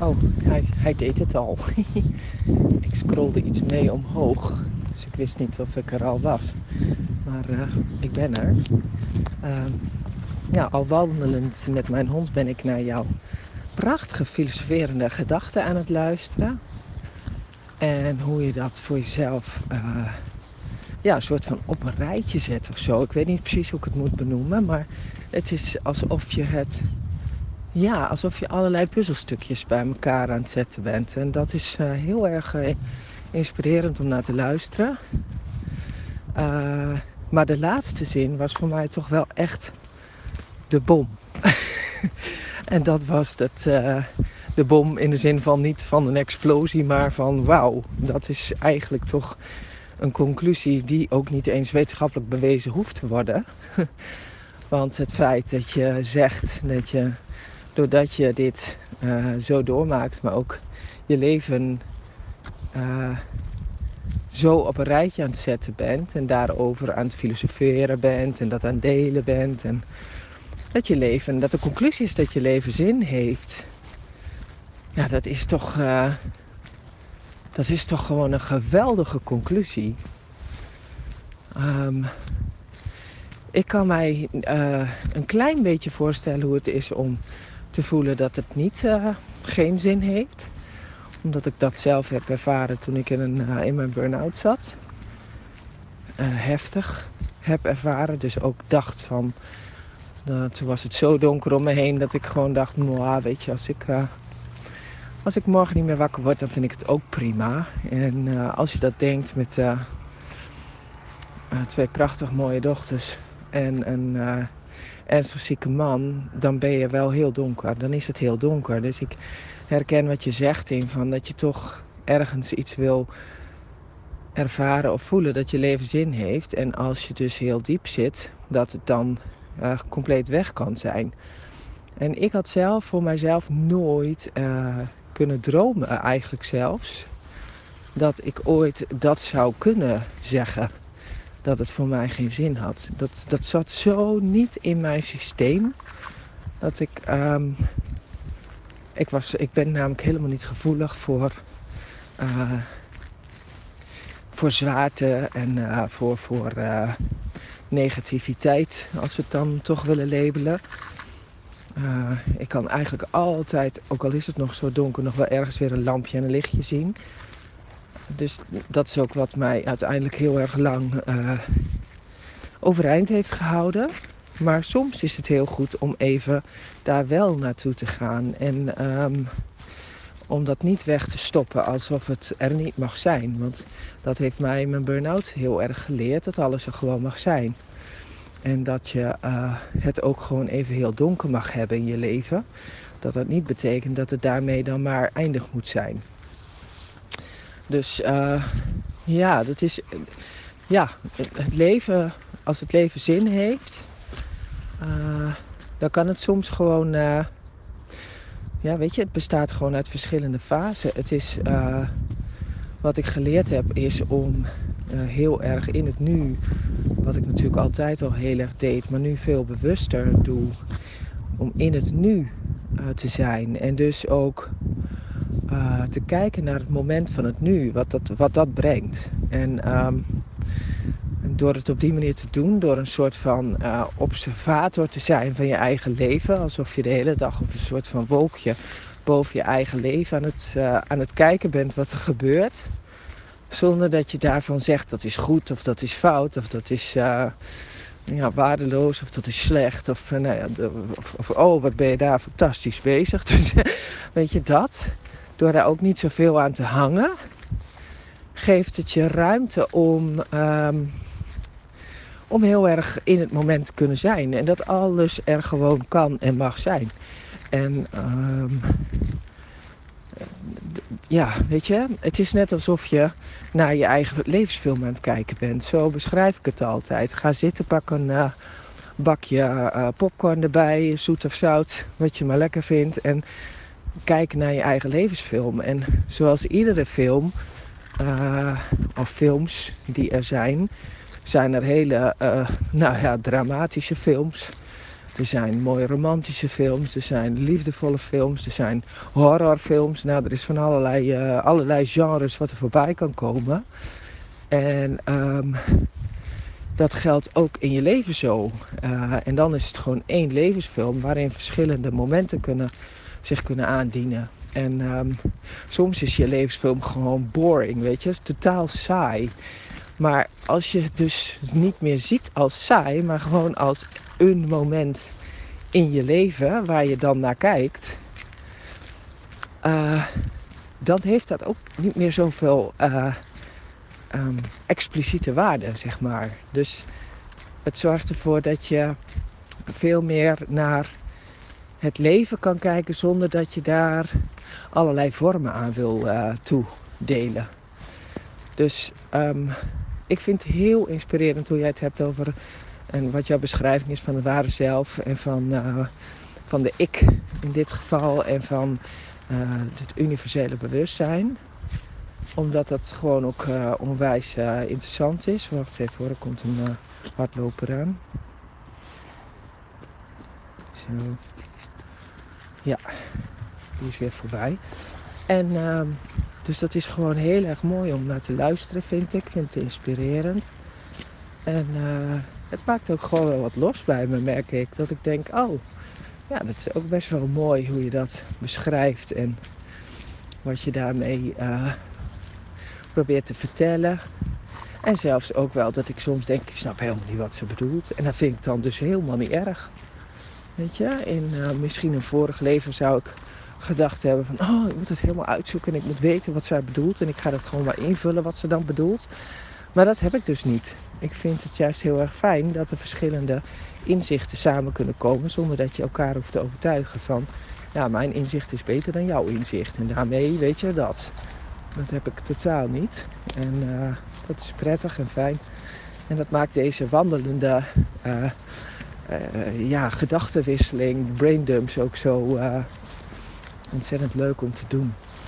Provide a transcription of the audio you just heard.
Oh, hij deed het al. Ik scrollde iets mee omhoog. Dus ik wist niet of ik er al was. Maar ik ben er. Al wandelend met mijn hond ben ik naar jouw prachtige filosoferende gedachten aan het luisteren. En hoe je dat voor jezelf een soort van op een rijtje zet of zo. Ik weet niet precies hoe ik het moet benoemen. Maar het is alsof je allerlei puzzelstukjes bij elkaar aan het zetten bent. En dat is heel erg inspirerend om naar te luisteren. Maar de laatste zin was voor mij toch wel echt de bom. En dat was de bom in de zin van niet van een explosie, maar van wauw. Dat is eigenlijk toch een conclusie die ook niet eens wetenschappelijk bewezen hoeft te worden. Want het feit dat je zegt dat je, doordat je dit zo doormaakt, maar ook je leven zo op een rijtje aan het zetten bent en daarover aan het filosoferen bent en dat aan het delen bent en dat de conclusie is dat je leven zin heeft. Ja, dat is toch gewoon een geweldige conclusie. Ik kan mij een klein beetje voorstellen hoe het is om te voelen dat het geen zin heeft. Omdat ik dat zelf heb ervaren toen ik in mijn burn-out zat. Heftig heb ervaren. Dus ook dacht van... toen was het zo donker om me heen dat ik gewoon dacht... weet je, als ik morgen niet meer wakker word, dan vind ik het ook prima. En als je dat denkt met 2 prachtig mooie dochters en een ernstig zieke man, dan ben je wel heel donker. Dan is het heel donker. Dus ik herken wat je zegt in van dat je toch ergens iets wil ervaren of voelen dat je leven zin heeft. En als je dus heel diep zit, dat het dan compleet weg kan zijn. En ik had zelf voor mijzelf nooit kunnen dromen eigenlijk zelfs. Dat ik ooit dat zou kunnen zeggen. Dat het voor mij geen zin had. Dat zat zo niet in mijn systeem. Dat ik ben namelijk helemaal niet gevoelig voor zwaarte en voor negativiteit. Als we het dan toch willen labelen. Ik kan eigenlijk altijd, ook al is het nog zo donker, nog wel ergens weer een lampje en een lichtje zien. Dus dat is ook wat mij uiteindelijk heel erg lang overeind heeft gehouden. Maar soms is het heel goed om even daar wel naartoe te gaan. En om dat niet weg te stoppen alsof het er niet mag zijn. Want dat heeft mij in mijn burn-out heel erg geleerd, dat alles er gewoon mag zijn. En dat je het ook gewoon even heel donker mag hebben in je leven. Dat niet betekent dat het daarmee dan maar eindig moet zijn. Dus dat is... het leven, als het leven zin heeft, dan kan het soms gewoon... het bestaat gewoon uit verschillende fasen. Het is... wat ik geleerd heb is om heel erg in het nu, wat ik natuurlijk altijd al heel erg deed, maar nu veel bewuster doe, om in het nu te zijn. En dus ook te kijken naar het moment van het nu, wat dat brengt. En door het op die manier te doen, door een soort van observator te zijn van je eigen leven, alsof je de hele dag op een soort van wolkje boven je eigen leven aan het kijken bent wat er gebeurt. Zonder dat je daarvan zegt dat is goed of dat is fout of dat is waardeloos of dat is slecht. Of wat ben je daar fantastisch bezig. Dus weet je dat. Door daar ook niet zoveel aan te hangen, geeft het je ruimte om heel erg in het moment te kunnen zijn. En dat alles er gewoon kan en mag zijn. En weet je, het is net alsof je naar je eigen levensfilm aan het kijken bent. Zo beschrijf ik het altijd. Ga zitten, pak een bakje popcorn erbij, zoet of zout, wat je maar lekker vindt. En kijk naar je eigen levensfilm. En zoals iedere film, of films die er zijn er hele dramatische films. Er zijn mooie romantische films, er zijn liefdevolle films, er zijn horrorfilms. Nou, er is van allerlei genres wat er voorbij kan komen. En dat geldt ook in je leven zo. En dan is het gewoon één levensfilm waarin verschillende momenten zich kunnen aandienen. En soms is je levensfilm gewoon boring, weet je, totaal saai. Maar als je het dus niet meer ziet als saai, maar gewoon als een moment in je leven waar je dan naar kijkt, dan heeft dat ook niet meer zoveel expliciete waarde, zeg maar. Dus het zorgt ervoor dat je veel meer naar het leven kan kijken zonder dat je daar allerlei vormen aan wil toedelen. Dus ik vind het heel inspirerend hoe jij het hebt over en wat jouw beschrijving is van de ware zelf en van de ik in dit geval en van het universele bewustzijn. Omdat dat gewoon ook onwijs interessant is. Wacht even hoor, er komt een hardloper aan. Zo. Ja, die is weer voorbij. En dus dat is gewoon heel erg mooi om naar te luisteren, vind ik. Ik vind het inspirerend. En het maakt ook gewoon wel wat los bij me, merk ik. Dat ik denk, oh, ja, dat is ook best wel mooi hoe je dat beschrijft. En wat je daarmee probeert te vertellen. En zelfs ook wel dat ik soms denk, ik snap helemaal niet wat ze bedoelt. En dat vind ik dan dus helemaal niet erg. Weet je, in misschien een vorig leven zou ik gedacht hebben van, oh, ik moet het helemaal uitzoeken en ik moet weten wat zij bedoelt. En ik ga dat gewoon maar invullen wat ze dan bedoelt. Maar dat heb ik dus niet. Ik vind het juist heel erg fijn dat er verschillende inzichten samen kunnen komen zonder dat je elkaar hoeft te overtuigen van, ja, mijn inzicht is beter dan jouw inzicht. En daarmee weet je dat. Dat heb ik totaal niet. En dat is prettig en fijn. En dat maakt deze wandelende gedachtenwisseling, braindumps ook zo ontzettend leuk om te doen.